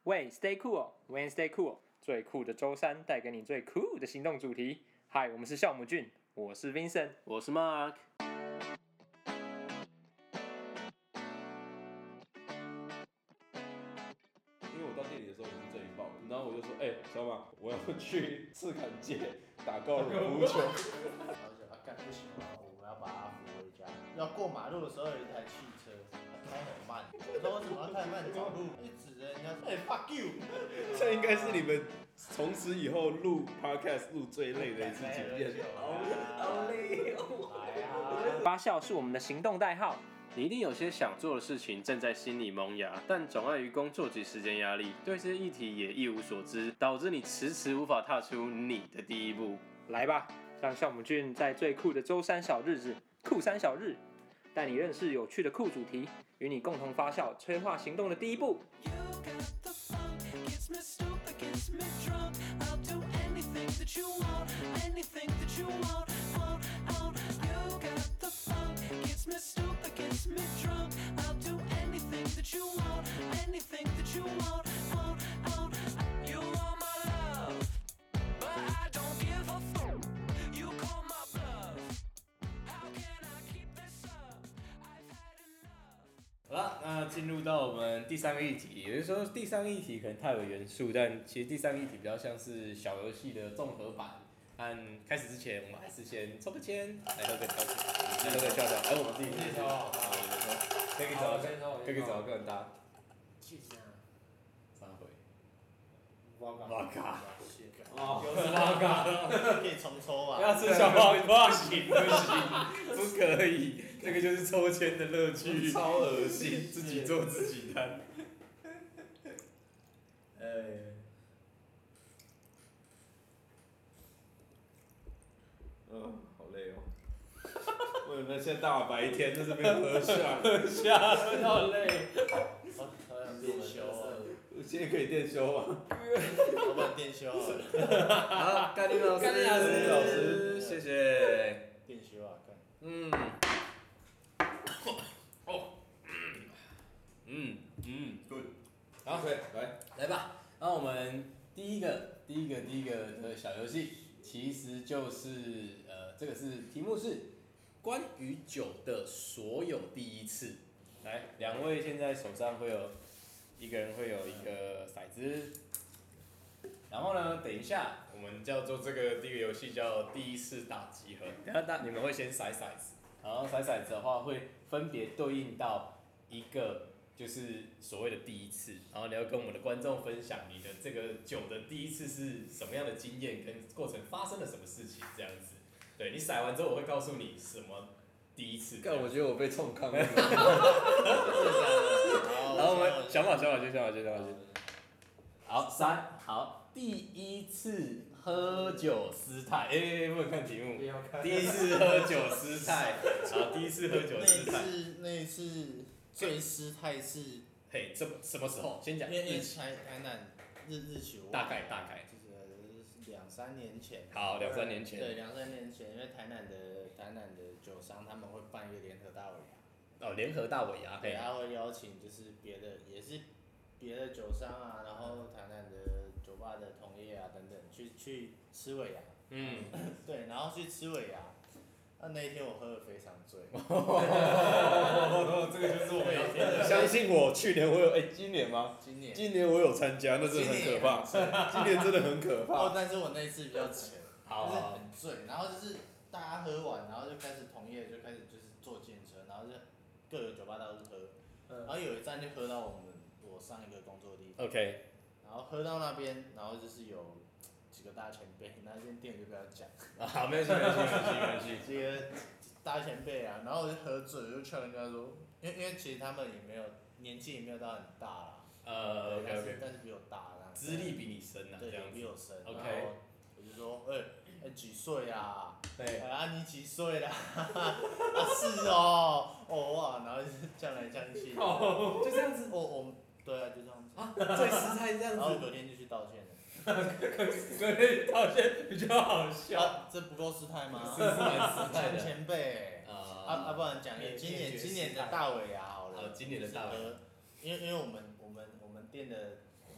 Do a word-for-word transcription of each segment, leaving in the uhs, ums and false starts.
喂 ，Stay cool，When Stay cool， 最酷的周三带给你最酷的行动主题。嗨，我们是酵母菌，我是 Vincent， 我是 Mark。 因为我到店里的时候已经这一爆，然后我就说，哎、欸，小马，我要去赤坎街打高尔夫球。 然后就啊，干不行啊，我们要把他扶回家。要过马路的时候有一台汽车，开很慢。我说为什么要太慢走路？一指着人家说，哎、欸、，fuck you。 这应该是你们从此以后录 podcast 录最累的一次经验。 好累哦。来啊！ 发酵是我们的行动代号。 你一定有些想做的事情正在心里萌芽，但总碍于工作及时间压力，对这些议题也一无所知，导致你迟迟无法踏出你的第一步。 来吧，让酵母菌在最酷的周三小日子，酷三小日，带你认识有趣的酷主题，与你共同发酵，催化行动的第一步。 好了，那进入到我们第三个议题，有的时候第三个议题可能太有元素，但其实第三个议题比较像是小游戏的综合版。但开始之前，我们还是先抽个签，来喝个调酒，来喝个调酒。哎，我们自己自己抽，好，你抽，可以找，可以找个人搭。 去哪？ 三回。 哇嘎！ 哇嘎！ 哦，又是哇嘎！可以重抽啊！ 不要吃小黄瓜，不行不行，不可以，这个就是抽签的乐趣， 超恶心， 自己做自己摊。 哎。 嗯，好累哦。为什么现在大白天在这边喝下？ 喝下，好累。 好想电休哦。 现在可以电休吗？ 老板电休好，甘霖老师， 甘霖老师老师谢谢。 电休啊，干。 嗯。哦。嗯嗯，good。好， 来来吧。那我们第一个，第一个，第一个的小游戏，其实就是呃，这个是题目是关于酒的所有第一次。来，两位现在手上会有。一个人会有一个骰子，然后呢，等一下我们叫做这个第一个游戏叫第一次打集合。等下大你们会先骰骰子，然后骰骰子的话会分别对应到一个就是所谓的第一次，然后你要跟我们的观众分享你的这个酒的第一次是什么样的经验跟过程发生了什么事情这样子。对你骰完之后，我会告诉你什么第一次。 干，我觉得我被冲康了。 然后我们想法想法先想法先想法先。好，三好，第一次喝酒失态，哎、欸，不能看题目。第一次喝酒失态，好，第一次喝酒失态。 那一次那一次最失态是， 嘿，什什么时候？先讲。 因为台台南日日酒。 大概大概。 就是两三年前。 好，两三年前。 对，两三年前，因为台南的台南的酒商他们会办一个联合大尾牙。 哦，联合大尾牙， 对，他会邀请就是别的，也是别的酒商啊，然后台南的酒吧的同业啊等等，去去吃尾牙。 嗯。 对，然后去吃尾牙，那那一天我喝得非常醉。 这个就是我们要听的。 相信我，去年我有，哎、欸，今年吗？ 今年。 今年我有参加，那真的很可怕。今年真的很可怕。 哦，但是我那一次比较浅， 好就是很醉，然后就是大家喝完，然后就开始同业就开始就是坐电车，然后就。各个酒吧都是喝，然后有一站就喝到我们我上一个工作的地方。 OK。 然后喝到那边，然后就是有几个大前辈，那间店就不要讲。 啊，好，没事没事没事没事。 几个大前辈啊，然后我就喝醉，我就劝人家说，因为因为其实他们也没有年纪也没有到很大啦。 呃 ，OK OK。 但是比我大这样。 资历比你深啊， 对， 这样比我深。 OK。 我就说，哎、欸，哎、欸、几岁啊？ 对。 哎、啊你几岁啦？啊是哦，哦哇，然后就是降来降去。 哦，就这样子。 我我对啊，就这样子。 啊，最实在这样子。 然后隔天就去道歉了。 隔天道歉比较好笑。 啊、这不够失态吗？ 是是蛮失态的。 前辈。 啊啊啊，不然讲今年今年的大尾牙好了。 呃，今年的大尾牙。 因为因为我们我们我们店的。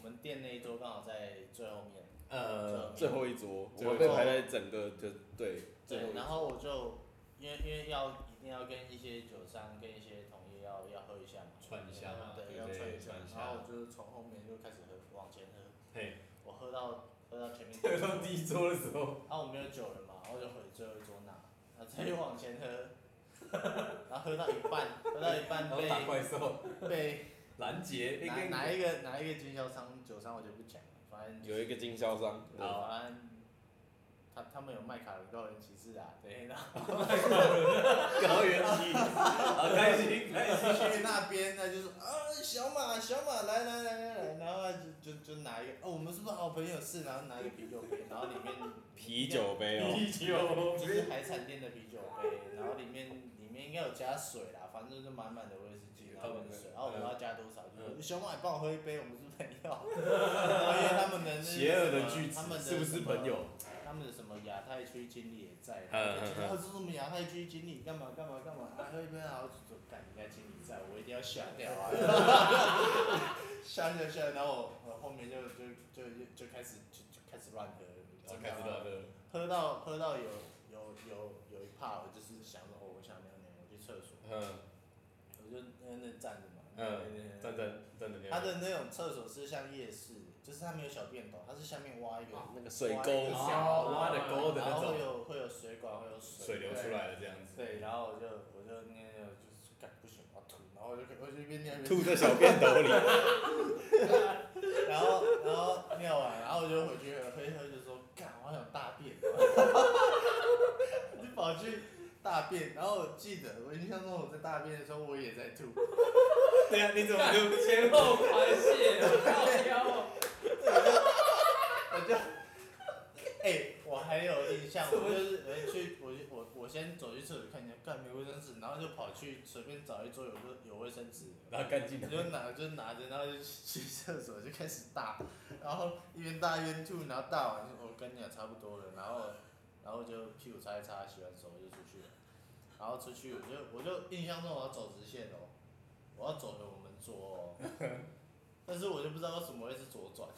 们店那一桌刚好在最后面， 呃， 最后一桌， 最后一桌我们被排在整个就对最后一对， 桌。 然后我就因为因为要一定要跟一些酒商跟一些同业要要喝一下嘛， 串一下嘛对， 对对要串一下串一，下然后我就从后面就开始喝，往前喝， 嘿， 我喝到喝到前面， 喝到第一桌的时候， 啊我没有酒了嘛，然后我就回最后一桌拿，然后再往前喝，然后喝到一半，喝到一半然后打怪兽， 被被拦截，那个哪哪一个哪一个经销商酒商我就不讲了，反正有一个经销商，对好，反正他他们有卖卡伦高原骑士啊，对，然后高原期，好开心开心。 去那边他就说啊小马小马来来来来来，然后他就就就拿一个哦我们是不是好朋友是，然后拿一个啤酒杯，然后里面啤酒杯哦， 啤酒其实海产店的啤酒杯，然后里面里面应该有加水啦，反正就是满满的威士忌，然后跟水，然后我们要加多少，就是小马你帮我喝一杯，我们是朋友，然后因为他们的那个邪恶的句子他们的是不是朋友？ 他们的什么亚太区经理也在， 嗯嗯然后说什么亚太区经理干嘛干嘛干嘛，啊喝一杯啊，我就说干人家经理在，我一定要下掉啊，下掉下掉，然后我我后面就就就就开始就就开始乱喝， 就开始乱喝， 喝到喝到有有有有一趴，我就是想说哦我想尿尿，我去厕所， 嗯我就在那站着嘛， 嗯，站站站着他的那种厕所是像夜市，就是它没有小便斗，它是下面挖一个那个水沟挖一个哦挖的沟的那然后会种， 有会有水管，会有水流出来了这样子。 对，然后我就我就那个就是干不行，我要吐，然后我就我就一边尿一边吐在小便斗里。 然后然后尿完，然后我就回去喝一喝，就说干，我好想大便，我就跑去大便，然后我记得我印象中我在大便的时候我也在吐， 对呀，你怎么就前后排泄，好妖哦。 我就，哎、欸，我还有印象，我就是我去，我就我我先走去厕所看一下，干没卫生纸，然后就跑去随便找一桌有个有卫生纸， 然后干净的？ 就拿就拿着，然后就去厕所就开始大，然后一边大一边吐，然后大完就我跟你讲差不多了，然后然后就屁股擦一擦，洗完手就出去了，然后出去我就我就印象中我要走直线哦，我要走回我们桌哦。但是我就不知道为什么会是左转，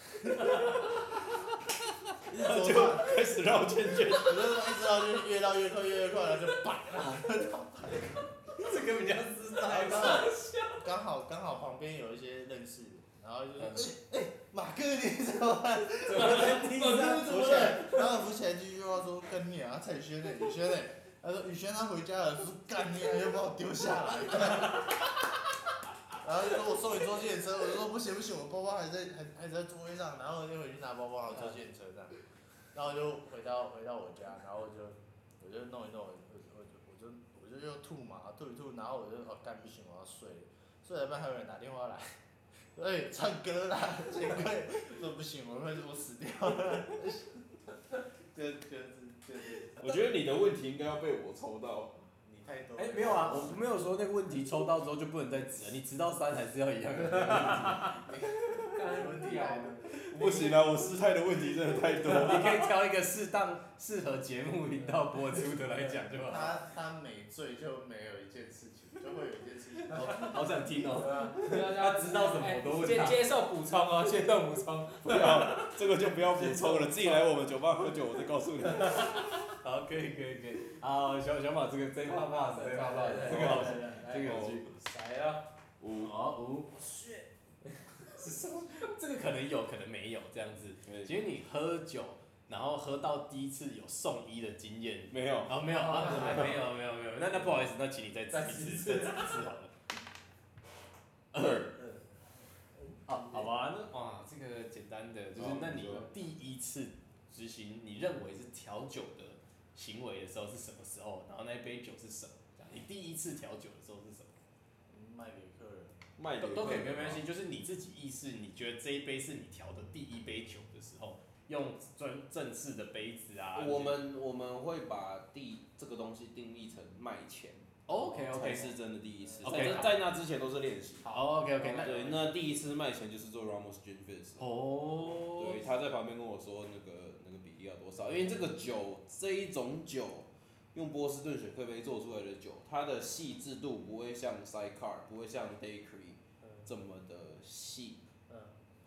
就开始绕圈圈， 我就一直绕就越绕越快，越越快，然后就叭， 这个比较知道。 刚好刚好刚好旁边有一些认识的，然后就说哎哎、欸、马哥你怎么办？ 怎么在地上？ 扶起来，然后扶起来就句话说跟你啊蔡轩呢，宇轩呢，他说宇轩他回家了，说干你啊又把我丢下来。然后就说我送你坐计程车，我就说不行不行，我包包还在还还在座位上，然后我就回去拿包包，然后坐计程车这样，然后我就回到回到我家，然后我就我就弄一弄，我我我就我就我就又吐嘛，吐一吐，然后我就哦干不行，我要睡了，睡了半还有人打电话来，哎唱歌啦，结果说不行，我会我死掉了，就就是就是我觉得你的问题应该要被我抽到。 你太多， 哎，没有啊，我没有说那个问题抽到之后就不能再指了，你指到三还是要一样的。 干问题来了。 不行啊，我失态的问题真的太多。 你可以挑一个适当、适合节目频道播出的来讲就好。 他他每醉就没有一件事情，就会有一件事情。 好想听哦。 他他知道什么我都问他接接受补充哦，接受补充。 不要，这个就不要补充了，自己来我们酒吧喝酒，我再告诉你。 好，可以可以可以。好，小小马这个这一趴 pass， 这一趴 pass，这个好，这个有趣。 来了， 五， 好五。是什么？这个可能有，可能没有这样子。其实你喝酒，然后喝到第一次有送医的经验， 没有。 哦，没有啊，没有没有没有，那那不好意思，那请你再指一次，再指一次好了。二。好，好吧，那哇，这个简单的，就是那你第一次执行你认为是调酒的行为的时候是什么时候？然后那一杯酒是什么？你第一次调酒的时候是什么？ 卖给客人。 卖都都可以，没有关系，就是你自己意识，你觉得这一杯是你调的第一杯酒的时候，用专正式的杯子啊。 我们我们会把第这个东西定义成卖钱。 OK OK， 才是真的第一次。 OK， 在在那之前都是练习。 好 OK OK， 那对，那第一次卖钱就是做 Ramos Gin Fizz。 哦。 对，他在旁边跟我说那个那个比例要多少，因为这个酒这一种酒，用波士顿雪克杯做出来的酒，它的细致度不会像 Sidecar， 不会像 Daiquiri 这么的细。 嗯。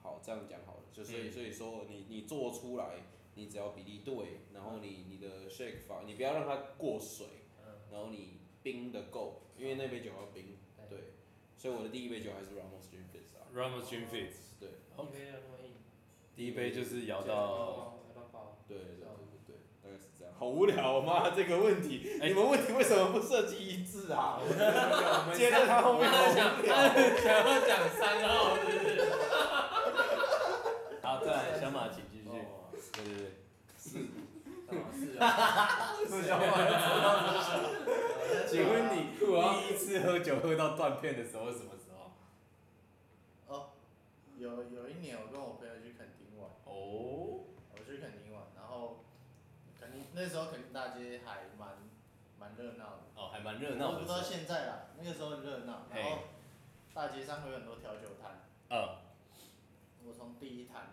好，这样讲好了，就所以嗯所以说你你做出来，你只要比例对，然后你你的 shake 法，你不要让它过水，然后你冰的够，因为那杯酒要冰，对，所以我的第一杯酒还是 Ramos Gin Fizz 啊 Ramos Gin Fizz， 对， 一杯要那么硬， 第一杯就是摇到， 哦摇到爆。 对对对对对，大概是这样。好无聊妈这个问题，你们问题为什么不设计一致啊？接着他后面好无聊。 想要讲三号是不是？好，再来小马请继续。对对对， 是， 是啊， 是小马。请问你第一次喝酒喝到断片的时候是什么时候？ 哦，有有一年我跟我朋友去垦丁玩， 哦， 我去垦丁玩，然后垦丁那时候垦丁大街还蛮蛮热闹的， 哦，还蛮热闹的。 我不知道现在啦，那个时候很热闹，然后大街上会有很多调酒摊， 嗯， 我从第一摊，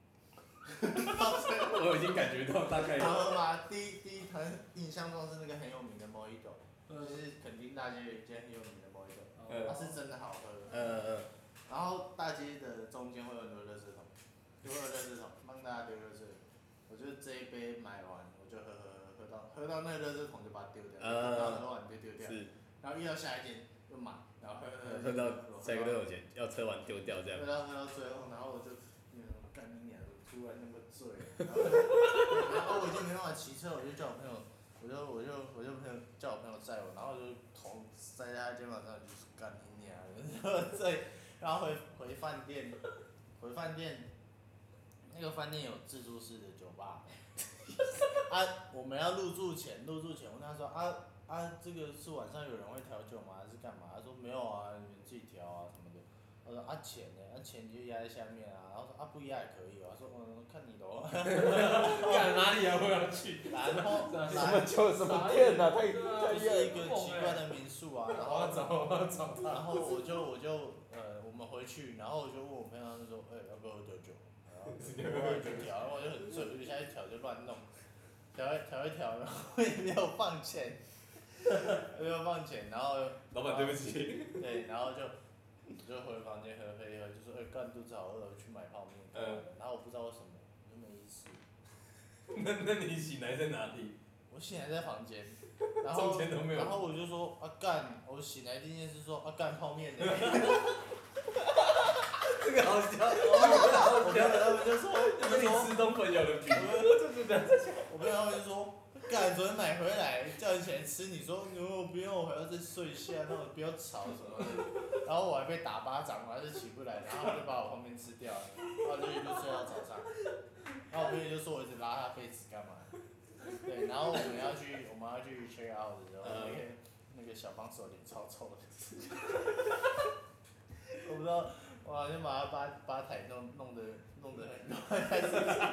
我已经感觉到大概。 然后嘛，第一第一摊印象中是那个很有名的 Mojito，就是垦丁大街有一间很有名的 Mojito， 嗯它是真的好喝。 嗯嗯。 然后大街的中间会有很多垃圾桶，就会有垃圾桶帮大家丢垃圾。我就这一杯买完，我就喝喝喝喝到喝到那个垃圾桶就把它丢掉，然后喝完就丢掉。 是。 然后遇到下一间又买，然后喝喝喝到下一个都有钱，要喝完丢掉这样。 喝到喝到最后，然后我就干你娘！突然那么醉，然后然后我已经没办法骑车，我就叫我朋友，我就我就我就朋友叫我朋友载我，然后我就头塞在他肩膀上，就是干你娘！喝醉。然后回回饭店，回饭店，那个饭店有自助式的酒吧。啊，我们要入住前，入住前我跟他说啊啊，这个是晚上有人会调酒吗？还是干嘛？他说没有啊，你们自己调啊什么的。我说啊钱呢？啊钱就压在下面啊。然后说啊不压也可以哦。他说嗯看你的哦。 干哪里啊？我要去。 然后什么酒什么店啊？太这是一个奇怪的民宿啊。然后找我找他。 然后我就我就呃我们回去，然后我就问我朋友，他就说哎、欸、要不要喝调酒？然后我就调，然后我就很醉，我就下去调就乱弄，调一调一调，然后也没有放钱，没有放钱，然后老板对不起。 对，然后就就回房间喝喝一喝，就说哎干、欸、肚子好饿，我去买泡面。嗯。然后我不知道为什么，我就没意识。 那那你醒来在哪里？ 我醒来在房间，然后然后我就说啊干，我醒来第一件事说啊干泡面呢。 这个好笑， 我朋友他们就说， 跟你吃东朋友的比， 我朋友他们就说，干昨天买回来叫你起来吃，你说哦不用，我还要再睡一下，那我不要吵什么的，然后我还被打巴掌，我还是起不来，然后他就把我泡面吃掉了，然后就一路睡到早上，然后我朋友就说我一直拉他被子干嘛？对，然后我们要去我们要去 check out 的时候，那个那个小帮手脸超臭的，我不知道。我好像把他吧吧台弄弄得弄得很乱，开始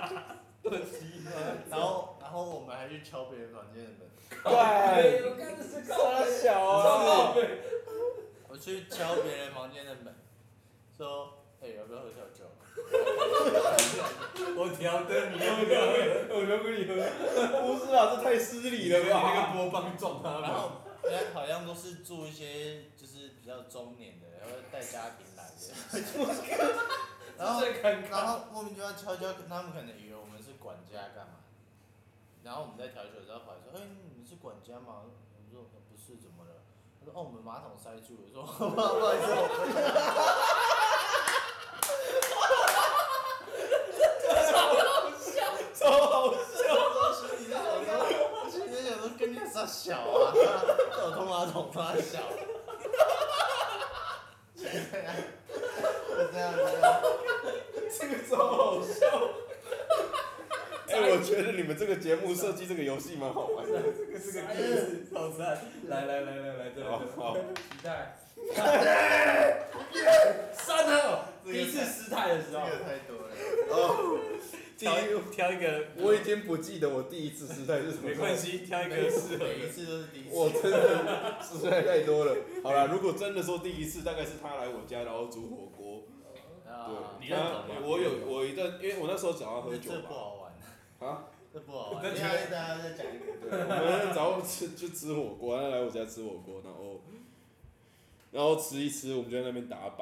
然后然后我们还去敲别人房间的门。 对， 我看这是超小啊！ 我去敲别人房间的门，说，哎、欸，要不要喝调酒？ 我调的，你要不要喝？我留给你喝。 不是啊，这太失礼了吧？ 那个波棒撞他。 然后，人家好像都是住一些就是比较中年的，然后带家庭来的。然后，然后莫名其妙敲敲，他们可能以为我们是管家干嘛？然后我们在调酒的时候跑来说，哎、欸，你们是管家吗？我说不是，怎么了？他说哦，我们马桶塞住了。我说不好意思，我们。 超好笑！ 我心里在想说，我心里在想说，跟你傻小啊，叫我通马桶他小。就这样，就这样，就这样。 这个超好笑。 哎、欸，我觉得你们这个节目设计这个游戏蛮好玩的。 这个是个故事，超赞！来来来来来，这好好。 期待。 三号， 第一次失态的时候。 这个太多了。 哦。 挑挑一个， 我已经不记得我第一次失态是什么。 没关系，挑一个适合的。 每一次都是第一次。 我真的失态太多了。好啦，如果真的说第一次，大概是他来我家，然后煮火锅。对， 你认同吗？ 我有我一段，因为我那时候想要喝酒嘛。 这不好玩。 啊？ 这不好玩。等一下大家再讲一个。 对，我们早上吃就吃火锅，他来我家吃火锅，然后然后吃一吃，我们就在那边打靶。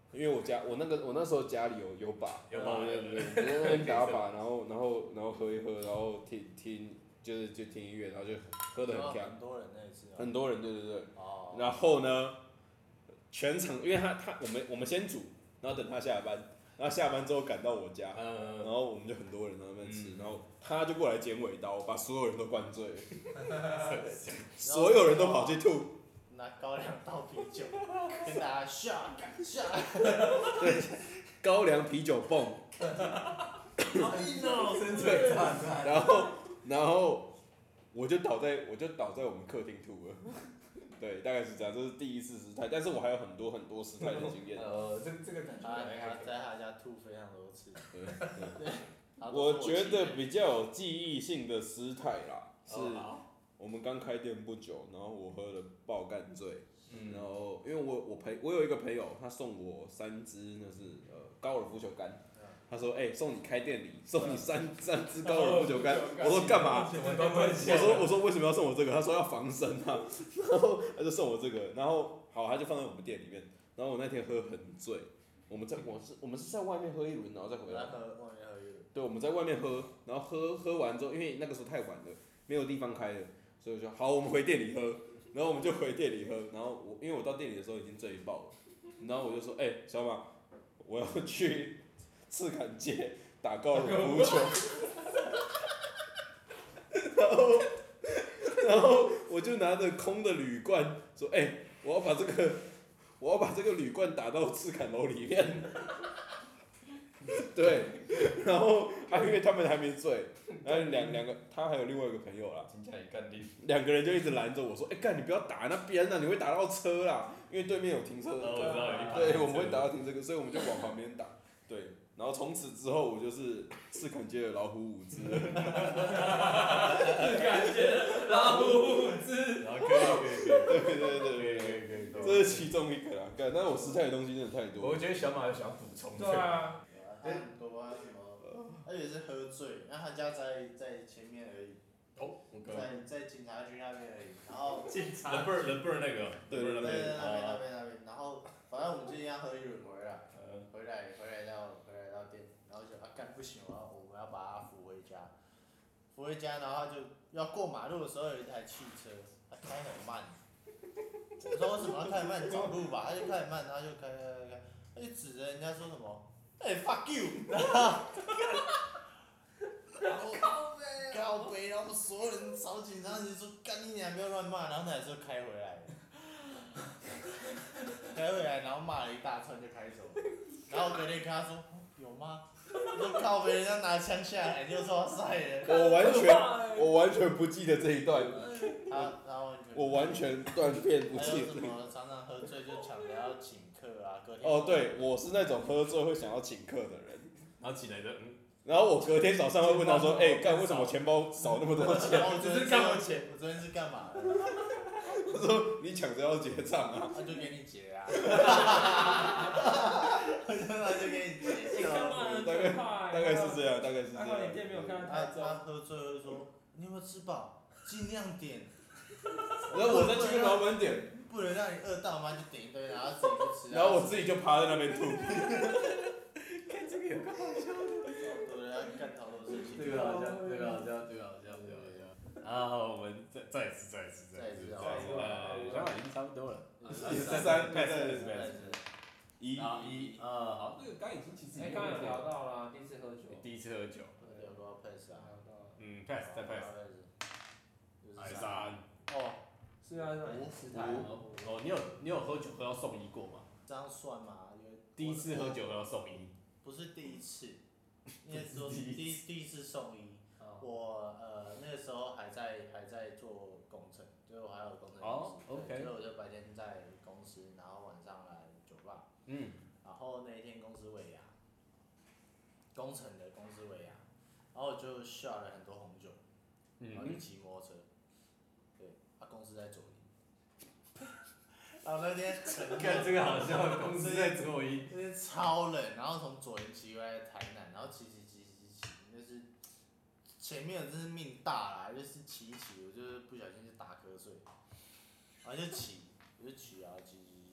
因为我家我那个我那时候家里有有把， 有把然后对对对，在那边打把，然后然后然后喝一喝，然后听听就是就听音乐，然后就喝得很强， 很多人那一次啊。 很多人对对对， 哦。 然后呢，全场因为他他我们我们先煮，然后等他下班，然后下班之后赶到我家， 嗯然后我们就很多人在那边吃， 嗯然后他就过来剪尾刀，把所有人都灌醉了，所有人都跑去吐。 拿高粱倒啤酒，跟大家下干下。 高粱啤酒泵， 好硬哦， 深水炸弹。 然后然后我就倒在我就倒在我们客厅吐了，对，大概是这样，这是第一次失态，但是我还有很多很多失态的经验。 呃，这这个感觉他还还他在他家吐非常多次。 对对对。 我觉得比较有记忆性的失态啦，是哦好我们刚开店不久，然后我喝了爆干醉， 嗯然后因为我我朋我有一个朋友，他送我三支那是呃高尔夫球杆，他说哎、欸、送你开店礼，送你三三支高尔夫球杆，我说干嘛？ 什么都关系我说我说为什么要送我这个？他说要防身啊，然后他就送我这个，然后好他就放在我们店里面，然后我那天喝很醉，我们在我是我们是在外面喝一轮，然后再回来。 喝外面喝一轮。 对，我们在外面喝，然后喝喝完之后，因为那个时候太晚了，没有地方开了，所以我就好，我们回店里喝，然后我们就回店里喝，然后我因为我到店里的时候已经醉爆了，然后我就说，哎、欸，小马，我要去赤坎街打高尔夫球，然后然后我就拿着空的铝罐说，哎、欸，我要把这个我要把这个铝罐打到赤坎楼里面。对，然后还、啊、因为他们还没醉，然后两两个他还有另外一个朋友啦， 听起来也干定。 两个人就一直拦着我说，哎、欸、干你不要打那边啊，你会打到车啦，因为对面有停车， 哦我知道有一排对，我们会打到停车格，所以我们就往旁边打，对，然后从此之后我就是赤坎街的老虎伍兹， 赤坎街的老虎伍兹，然后可以可以可以， 对对对对可以可以可以， 这是其中一个啦，干，但是我失态的东西真的太多了， 我觉得小马有想补充的。 对啊， 他很多啊什么，他也是喝醉，那他家在在前面而已， 哦，我刚在在警察局那边而已，然后警察 The Bird The Bird 那个， 对对对对对对那边那啊， 边那边，然后反正我们就一样喝一轮回来， 呃， 回来回来到回来到店，然后就啊干不行，我要我们要把他扶回家，扶回家，然后他就要过马路的时候有一台汽车，他开很慢，我说为什么要开很慢？走路吧，他就开很慢，他就开开开开，他就指着人家说什么，哎、欸、fuck you，然后然后靠北，然后我们所有人找警察，你说干你娘不要乱骂，然后那台车开回来了，开回来然后骂了一大串就开走了，然后我隔天跟他说、哦、有吗？我说靠北，人家拿枪下来，你就说晒了。 我完全我完全不记得这一段， 他他完全。 我完全断片不还记得。 有什么常常喝醉就抢着要请客啊，隔天。 哦，对，我是那种喝醉会想要请客的人。 然后起来的，嗯， 然后我隔天早上会问他说：“哎、欸，干为什么钱包少那么多钱然后我昨天只是干我钱我昨天是干嘛的？？” 他说：“你抢着要结账啊。 他就给你结啊。我就他就给你结。 你干嘛很大概可怕欸大概是这样，大概是这还好你样。 店没有看到他太重。 他喝醉会说：“你有没有吃饱？尽量点， 然后我再去跟老板点， 不能让你饿到吗？就点一堆，然后自己去吃。” 然后我自己就趴在那边吐。 看这个有个好笑的。 对，他干好多事情。 这个好像，这个好像，这个好像，这个好像。然后我们再再一次，再一次，再一次， 再一次呃，想法已经差不多了。 三 ，pass 再 pass pass。 一啊一呃好，那个刚已经其实哎，刚刚有聊到啦，第一次喝酒。 第一次喝酒， 有多少 pass 啊？ 聊到了。 嗯 pass 再 pass，还三。 哦，是啊，是啊，失态。 哦，你有你有喝酒喝到送医过吗？ 这样算吗？因为第一次喝酒喝到送医。 不是第一次，应该是说第一第一次送医。我呃那个时候还在还在做工程，就是我还有工程哦公司， ，OK 所以我就白天在公司，然后晚上来酒吧。 嗯。 然后那一天公司尾牙，工程的公司尾牙，然后我就下了很多红酒，然后就骑摩托车，对，他、啊、公司在左营，然后那天很看这个好笑，公司在左营。 那天超冷，然后从左营骑回来台南，然后骑骑骑骑骑，就是前面真是命大啦，就是骑一骑，我就是不小心就打瞌睡，然后就骑，我就骑啊骑骑骑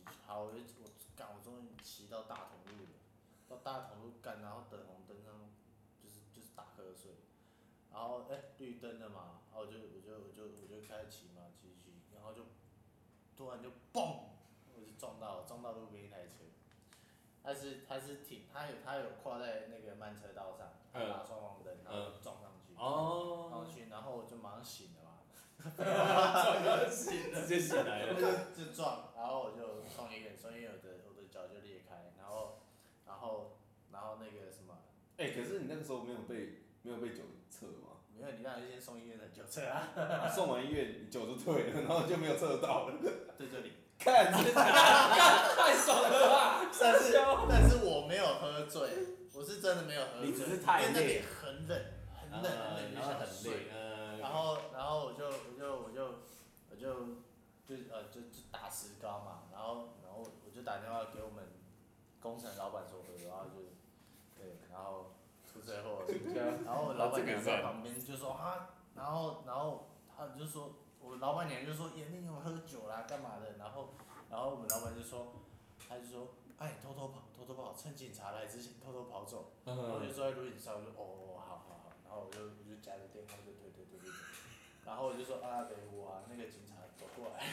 好，我就我干，我终于骑到大同路了，到大同路干，然后等红灯上，就是就是打瞌睡，然后哎、欸、绿灯了嘛，然后我就我就我就我就开始骑嘛，骑骑，然后就突然就嘣，我就撞到撞到路边一台车。他是他是停，他有他有跨在那个慢车道上，他打双黄灯，然后撞上去， 哦， 撞上去，然后我就马上醒了嘛， 撞到醒了，直接醒来了， 就就撞，然后我就送医院，送医院我的我的脚就裂开，然后然后然后那个什么， 哎、可是你那个时候没有被没有被酒测吗？ 没有，你当然先送医院的酒测啊， 啊送完医院你酒就退了，然后就没有测到了。 在这里， 看， 太爽了吧！ 但是但是我没有喝醉，我是真的没有喝醉， 你只是太累因为那里很冷很冷很冷， 然后很就想睡。 累，嗯， 然后然后我就我就我就我就就呃就就打石膏嘛，然后然后我就打电话给我们工程老板说，然后就对，然后出车祸了，然后老板娘在旁边就说啊，然后然后他就说我老板娘就说严令勇喝酒啦干嘛的，然后然后我们老板就说他就说哎偷偷跑偷偷跑，趁警察来之前偷偷跑走，然后我就坐在轮椅上，我就哦好好好，然后我就我就夹着电话就推推推推推，然后我就说啊北湖啊那个警察走过来，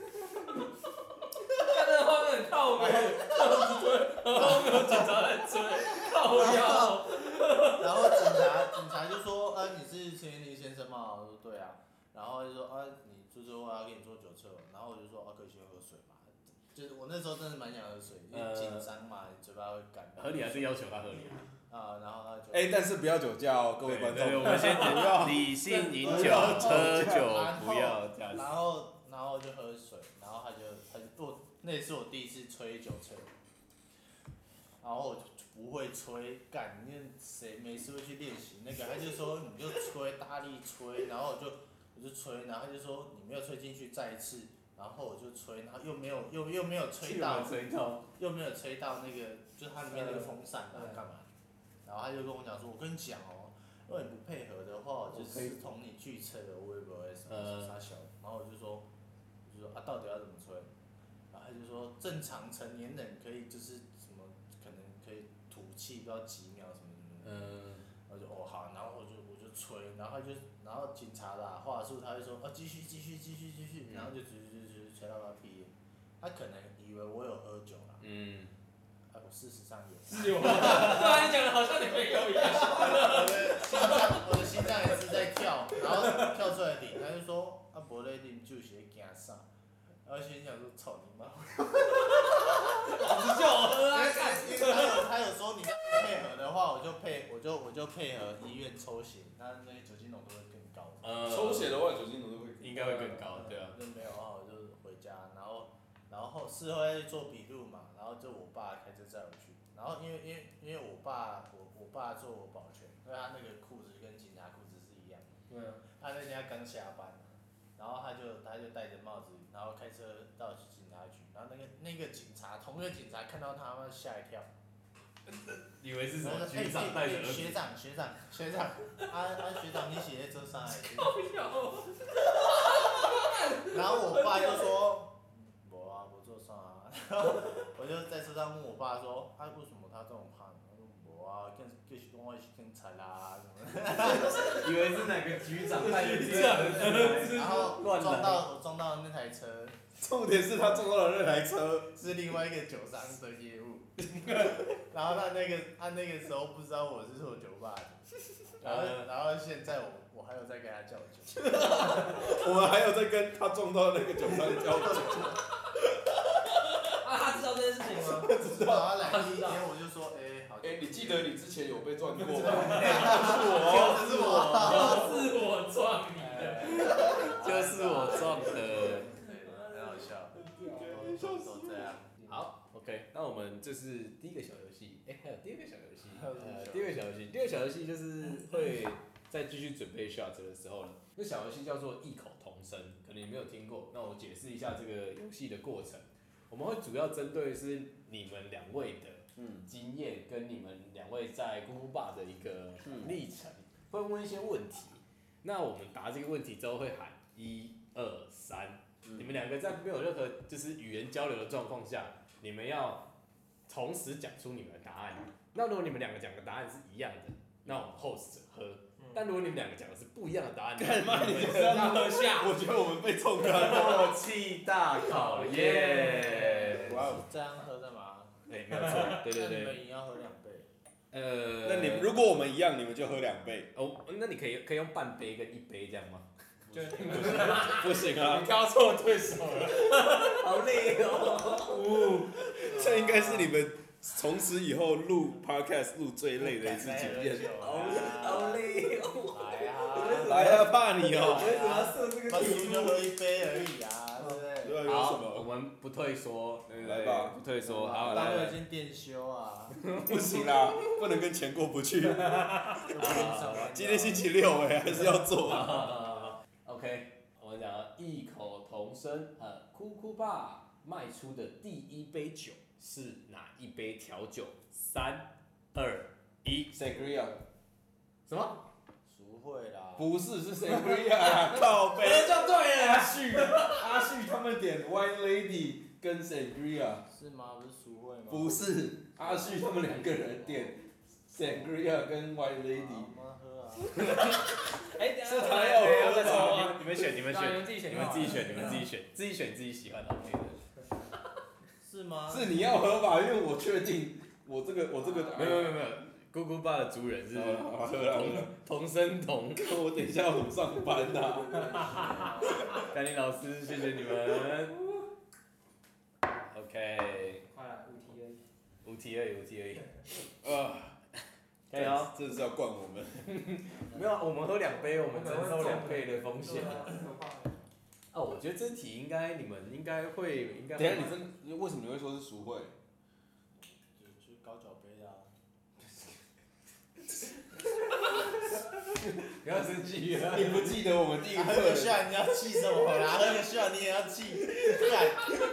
看那个画面很靠北，这样子追，然后没有警察在追，靠腰。 然后警察警察就说啊你是陈彦霖先生吗？我说对啊，然后就说啊你就是我要给你做酒测，然后我就说啊可以先喝水嘛，就是我那时候真的蛮想喝水，因为紧张嘛，嘴巴会干。 合理还是要求他合理啊，然后他就。 哎、但是不要酒驾哦，各位观众。 对，我们先理性饮酒，喝酒不要驾驶。 然后然后就喝水，然后他就他就我那是我第一次吹酒测，然后我就不会吹，干，因为谁没事会去练习那个？他就说你就吹，大力吹，然后我就我就吹，然后他就说你没有吹进去，再一次，然后我就吹，然后又没有又又没有吹到， 吹到， 又没有吹到那个就是它里面那个风扇，然后干嘛？然后他就跟我讲说，我跟你讲哦，如果你不配合的话，我就是同你拒测的，我也不会什么什么啥小，然后我就说，我就说啊，到底要怎么吹？然后他就说，正常成年人可以就是什么，可能可以吐气不知道几秒什么什么。 嗯。 然后就哦好，然后我就我就吹，然后他就然后警察啦话术他就说啊继续继续继续继续，然后就继续继续吹到他毕业，他可能以为我有喝酒啦。 嗯。 啊，我事实上有。 是有。突然讲的好像你没有一样。 我的心脏，我的心脏也是在跳，然后跳出来领，他就说啊，无咧啉酒是咧惊啥？然后心想说操你妈！ 老子叫我喝啊！ 因为他有他有说你要配合的话，我就配我就我就配合医院抽血，那那些酒精浓度会更高。 呃。 抽血的话，酒精浓度会应该会更高，对啊。 就没有的话，我就回家，然后然后事后要去做笔录嘛，然后就我爸开车载我去，然后因为因为因为我爸我我爸做我保全，所以他那个裤子跟警察裤子是一样的。 对啊。 他那天刚下班，然后他就他就戴着帽子，然后开车到警察局，然后那个那个警察同一个警察看到他们吓一跳， 以为是什么然后说局长带着儿子。 学长学长学长，啊啊学长你写在车上来。然后我爸就说，无啊无做啥啊，然后我就在车上问我爸说，啊为什么他这么胖？他说无啊，跟就是讲我是天才啦什么的。 以为是哪个局长带着自己的儿子。 然后撞到我撞到的那台车， 重点是他撞到了那台车， 是另外一个酒商的业务，然后他那个他那个时候不知道我是做酒吧的，然后然后现在我我还有在跟他叫酒， 我们还有在跟他撞到那个酒商交酒。 啊，他知道这件事情吗？ 知道他来第一天我就说，哎、好。 哎、你记得你之前有被撞过吗？ 就是我， 就是我撞你的，就是我撞的。 对，很好笑，都都这样。 好 ，OK， 那我们这是第一个小游戏，哎、还有第二个小游戏， 还有什么呃， 小第二个小游戏，第二个小游戏就是会在继续准备 shot 的时候呢，那小游戏叫做异口同声，可能你没有听过，那我解释一下这个游戏的过程。我们会主要针对是你们两位的经验跟你们两位在咕咕爸的一个历程，会问一些问题。那我们答这个问题之后会喊一二三， 你们两个在没有任何就是语言交流的状况下，你们要同时讲出你们的答案。那如果你们两个讲的答案是一样的，那我们 host 喝。但如果你们两个讲的是不一样的答案， 干嘛你们要喝下？ 我觉得我们被冲干默契大考验。 哇，这样喝的吗？ 对，没有错，对对对。 那你们也要喝两杯。 呃， 那你如果我们一样，你们就喝两杯。 哦，那你可以可以用半杯跟一杯这样吗？ 就不行啊！ 你挑错对手了，好累哦。 这应该是你们从此以后录 podcast 录最累的一次经验。 好累哦。 来啊！ 来啊，怕你哦。 为什么要设这个不题目？ 输就喝一杯而已啊，对不对？ 对啊，有什好，我么？ 们不退缩， 来吧， 不退缩。好， 当来然先电休啊。 不行啦，不能跟钱过不去。 啊今天星期六哎，还是要做。 啊 OK， 我们讲异口同声，呃，酷酷爸卖出的第一杯酒是哪一杯调酒？三、二、一 Sangria 什么？ 赎会啦。 不是，是 Sangria，靠背。 就对阿旭，阿旭他们点 White Lady 跟 Sangria， 是吗？不是赎会吗？ 不是，阿旭他们两个人点 Sangria 跟 White Lady。 我们喝啊。 哎，等是他要喝再抽吧？ 吗？你们选，你们选， 你们自己选你就好了们自己选，你们自己选，自己选自己喜欢的 OK 的。 是吗？ 是你要喝吧？因为我确定我这个我这个没有没有没有，咕咕爸的族人是好喝了同同声同。 我等一下要怎么上班呐？ 甘霖老师，谢谢你们。OK， 快了，五题而已。 五题而已，五题而已。 啊， 加油！ 真的是要灌我们。 没有，我们喝两杯，我们承受两倍的风险。哦，我觉得这题应该你们应该会，应该会。 等一下你真为什么你会说是赎会？ 就是高脚杯啊。 不要生气啊！ 你不记得我们第一个喝个下你要气什么啦？喝个下你也要气，干。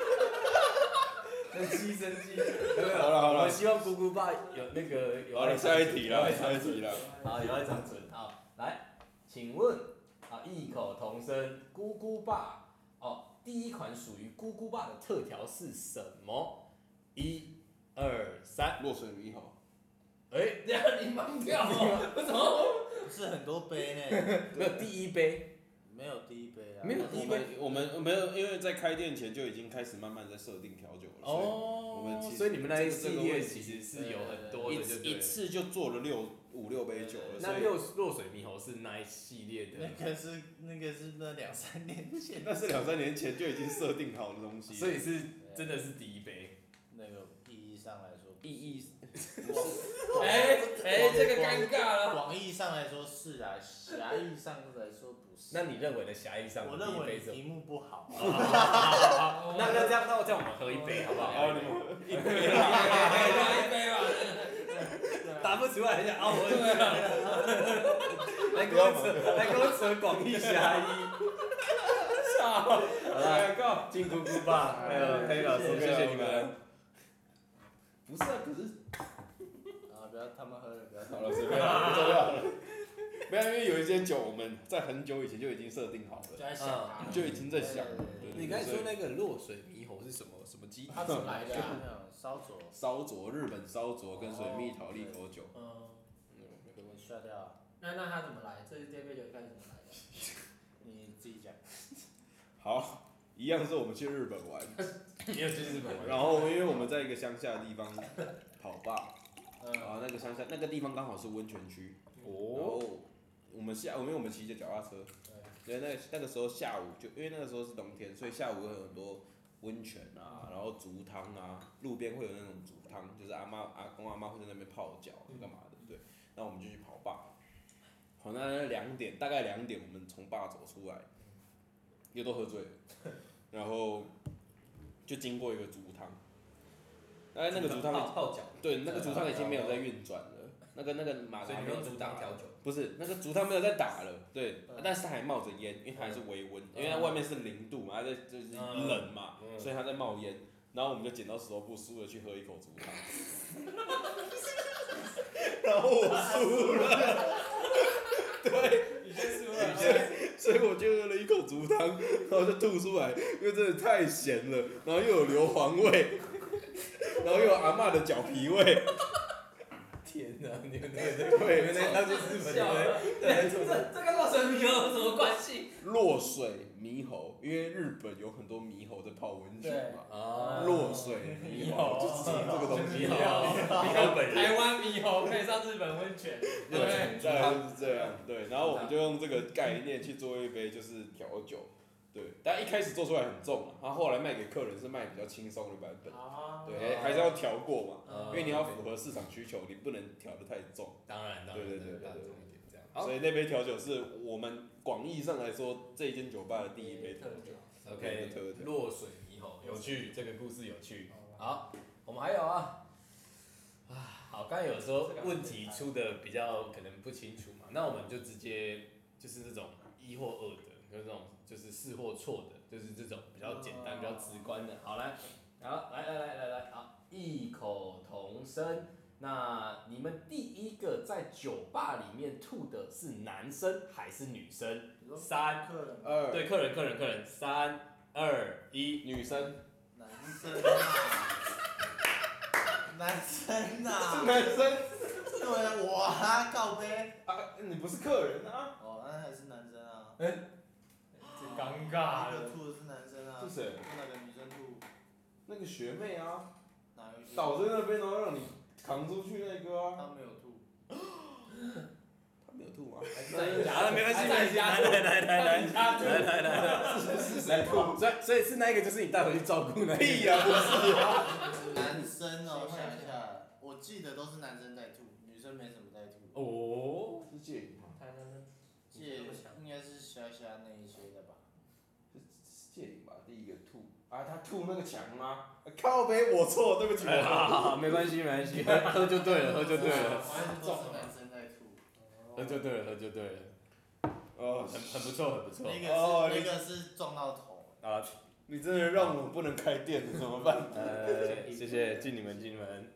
生气生气。 好了好了我希望姑姑爸有那个有。 好了，下一题了，下一题了。 好，有爱长存。好，来，请问啊，异口同声，姑姑爸哦，第一款属于姑姑爸的特调是什么？一、二、三。 落水鱼好。 哎，这样你盲掉哦？为什么？ 是很多杯呢。 没有第一杯， 没有第一杯啊。 没有第一杯。 我们我们没有，因为在开店前就已经开始慢慢在设定调酒了。 哦。 我们其实所以你们那一系列这个问题其实是有很多的，就一一次就做了六五六杯酒了。 那六落水猕猴是那一系列的？ 那个是那个是那两三年前。 那是两三年前就已经设定好的东西。 所以是真的是第一杯。 那个意义上来说， 意义。 哎哎，这个尴尬了。 广义上来说是啊，狭义上来说不是。 那你认为的狭义上？ 我认为题目不好。 那那这样，那我这样我们喝一杯好不好？ 好，你们一杯一杯吧。答不出来就凹回去。来跟我扯，来跟我扯广义狭义。操！好了，进姑姑吧，还有黑老师，谢谢你们。 不是啊，可是。 啊！不要他们喝了，不要。 好了，随便了，不重要了。没有，因为有一间酒我们在很久以前就已经设定好了， 就在想它， 就已经在想。 你刚才说那个落水猕猴是什么什么鸡？ 它怎么来的啊？那种烧灼。 烧灼，日本烧灼跟水蜜桃利口酒。 嗯。 给我刷掉。 那那它怎么来？这这杯酒开始怎么来的？ 你自己讲。 好，一样是我们去日本玩。 你有去日本玩？ 然后因为我们在一个乡下的地方跑吧， 嗯。 啊，那个乡下那个地方刚好是温泉区。 哦。 然后我们下，因为我们骑着脚踏车。所以那个那个时候下午就因为那个时候是冬天，所以下午会有很多温泉啊，然后竹汤啊，路边会有那种竹汤，就是阿妈阿公阿妈会在那边泡脚干嘛的，对。那我们就去跑吧。好，那两点大概两点，我们从坝走出来，也都喝醉了，然后就经过一个竹汤，大概那个竹汤泡脚， 对，那个竹汤已经没有在运转了。那个那个马达没有竹汤调酒， 不是那个竹汤没有在打了，对，但是它还冒着烟，因为它还是微温，因为它外面是零度嘛，它在就是冷嘛，所以它在冒烟。然后我们就剪刀石头布，输了去喝一口竹汤，然后我输了，对， 你先输了， 所以我就喝了一口竹乳汤，然后就吐出来，因为真的太咸了，然后又有硫磺味，然后又有阿嬷的脚皮味。 天哪，你们对对对，原来他就是日本人，对， 这这跟洛水猕猴有什么关系？ 落水猕猴，因为日本有很多猕猴在泡温泉嘛。 啊落水猕猴就是指这个东西。 猕猴，猕猴本人， 台湾猕猴可以上日本温泉，对不对？ 大概就是这样，对，然后我们就用这个概念去做一杯就是调酒，对，但一开始做出来很重啊，然后后来卖给客人是卖比较轻松的版本， 啊， 对，还是要调过嘛， 嗯因为你要符合市场需求，你不能调得太重， 当然，当然， 对对对对对大众一点这样。好所以那杯调酒是我们广义上来说这一间酒吧的第一杯调酒。 ，OK， 特调落水猕猴有趣，这个故事有趣。好，我们还有啊，啊，好，刚才有说问题出的比较可能不清楚嘛，那我们就直接就是这种一或二的，就是这种就是是或错的，就是这种比较简单、比较直观的。好，来，好，来来来来来，好，异口同声。那你们第一个在酒吧里面吐的是男生还是女生？三， 客人二对，客人，客人，客人，三、二、一。 女生， 男生啊，男生啊， 男生对啊，我啊，告杯。 啊，你不是客人啊？ 哦，那还是男生啊。 这尴尬了。 那个吐的是男生啊。 是谁？ 是哪个女生吐？ 那个学妹啊， 哪个学妹？ 倒在那边然后让你扛出去那个啊。 他没有吐。 他没有吐吗？ 假的没关系，没关系，来来来来来来来来来， 是谁吐？ 所以所以是那一个，就是你带回去照顾那屁呀，不是啊。 男生哦，我想一下，我记得都是男生在吐，女生没什么在吐。 哦， 是介颖吗？ 台南的戒应该是虾虾那一些的吧。 是介颖吧？第一个吐啊，他吐那个墙吗？靠北，我错，对不起。 好好好，没关系没关系，喝喝就对了，喝就对了， 都是男生在吐。 喝就对了，喝就对了， 哦， 很很不错，很不错。 那个哦是那个是撞到头。 啊， 你真的让我不能开店了，怎么办？ 呃，谢谢，敬你们，敬你们。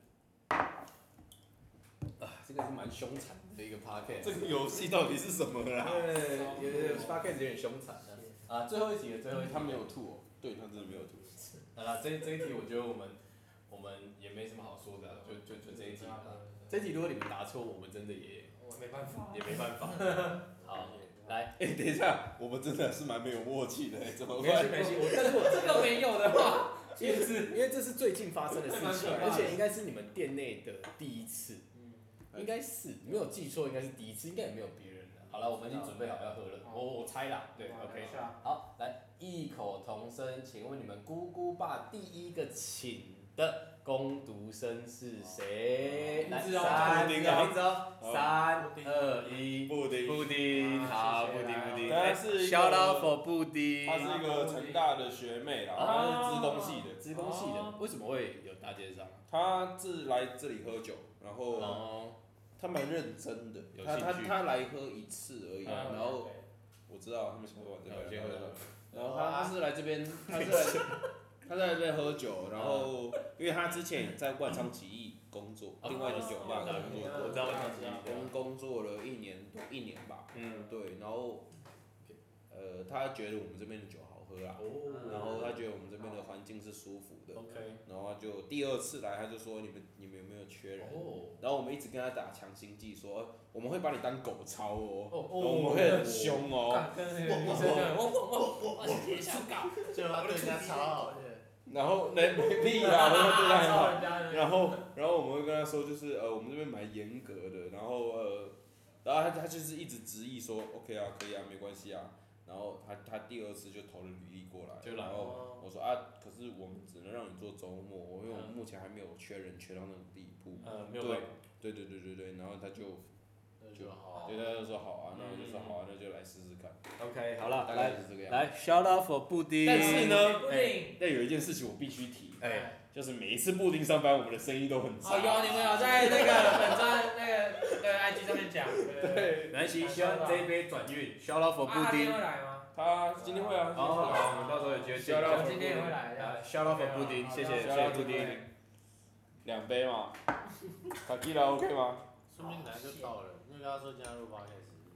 啊，这个是蛮凶残的一个 podcast。 这个游戏到底是什么啦？ 对，有点 podcast 有点凶残的。啊，最后一题了，最后一题。 他没有吐哦，对他真的没有吐。 好了，这这一题我觉得我们我们也没什么好说的啊，就就就这一题了。这一题如果你们答错，我们真的也我没办法， 也没办法。好，来， 哎，等一下，我们真的是蛮没有默契的，怎么没关系办？ 没关系，我但是我这个没有的话， 因为是因为这是最近发生的事情，而且应该是你们店内的第一次，应该是没有记错，应该是第一次，应该也没有别人了。好了，我们已经准备好要喝了，我我猜啦，对 ，OK。好，来，异口同声，请问你们姑姑爸第一个请的工读生是谁？来， 名字哦三， 布丁啊讲名字哦，三二一， 布丁， 布丁，好，布丁布丁， 他是一个 shout out for 布丁， 她是一个成大的学妹啦，她是资工系的。 资工系的，为什么会有大街上？ 她是来这里喝酒，然后哦， 她蛮认真的， 有她她兴趣她来喝一次而已， 嗯然后我知道他们想喝完这有先喝边了， 然后她她是来这边，她是来她在这边喝酒，然后因为她之前也在万昌起义工作，另外的酒吧工作过， 我知道万昌起义工工作了一年多一年吧， 嗯， 对，然后呃她觉得我们这边的酒好喝啊， 哦， 然后她觉得我们这边的环境是舒服的， OK， 然后她就第二次来，她就说你们你们有没有缺人？ 哦， 然后我们一直跟她打强心剂，说呃我们会把你当狗操哦， 哦然后我们会很凶哦， 跟那个女生的，我我我我我写小稿， 就他对人家超好的。 然后没没屁啦，我们对她很好。 人家的， 然后，然后我们会跟他说，就是呃，我们这边蛮严格的，然后呃，然后他他就是一直执意说，OK 啊，可以啊，没关系啊。然后他他第二次就投了履历过来， 就来然后我说啊，可是我们只能让你做周末，因为我们目前还没有缺人缺到那种地步。 呃，没有办法， 对对对对对，然后他就就好。 对他就说好啊，那我就说好啊，那就来试试看。 OK，好了， 大概来就是这个样子。 来 shout out for 布丁， 但是呢， 布丁， 但有一件事情我必须提， 哎， 就是每一次布丁上班，我们的生意都很差。 哦有你们有在那个粉专那个对 I G 上面讲， 对， 没关系，希望这一杯转运，shout out for 布丁啊他今天。会来吗？ 他今天会啊， 好好好，我们到时候有机会见。 Shout out 今天也会来的。 来 shout out for 布丁，谢谢谢谢布丁。 两杯嘛，卡基拉 OK 吗？ 说不定等下就到了，因为跟他说加入八 K 十。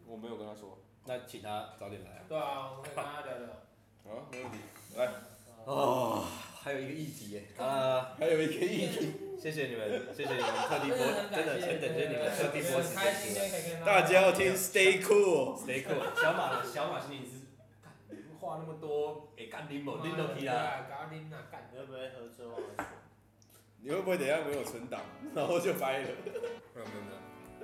我没有跟他说。 那请他早点来啊。 对啊，我们可以跟他聊聊。 好，没问题。来， 哦，还有一个议题耶，啊， 还有一个议题， 谢谢你们，谢谢你们特地播，真的真的谢谢你们特地播时很开心间出来。 可以跟他大家要听 Stay Cool。 Stay cool， 小马的小马心里是，干你们话那么多，会干拎不拎都去啦。 对啊，搞拎啊，干。 你会不会喝醉忘了说？ 你会不会等一下没有存档，然后就掰了？ 没有没有没有。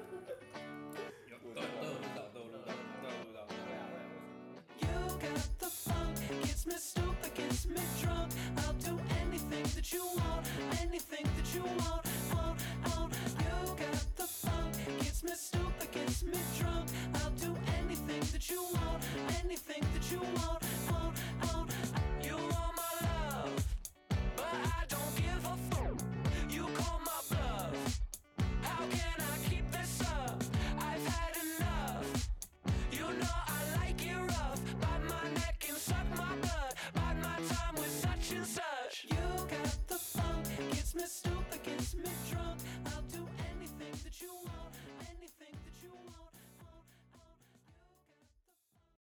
都都有录到，都有录到，都有录到。 You got the funk, gets me stupid, gets me drunk. I'll do anything that you want, anything that you want, want, want. You got the funk, gets me stupid, gets me drunk. I'll do anything that you want, anything that you want.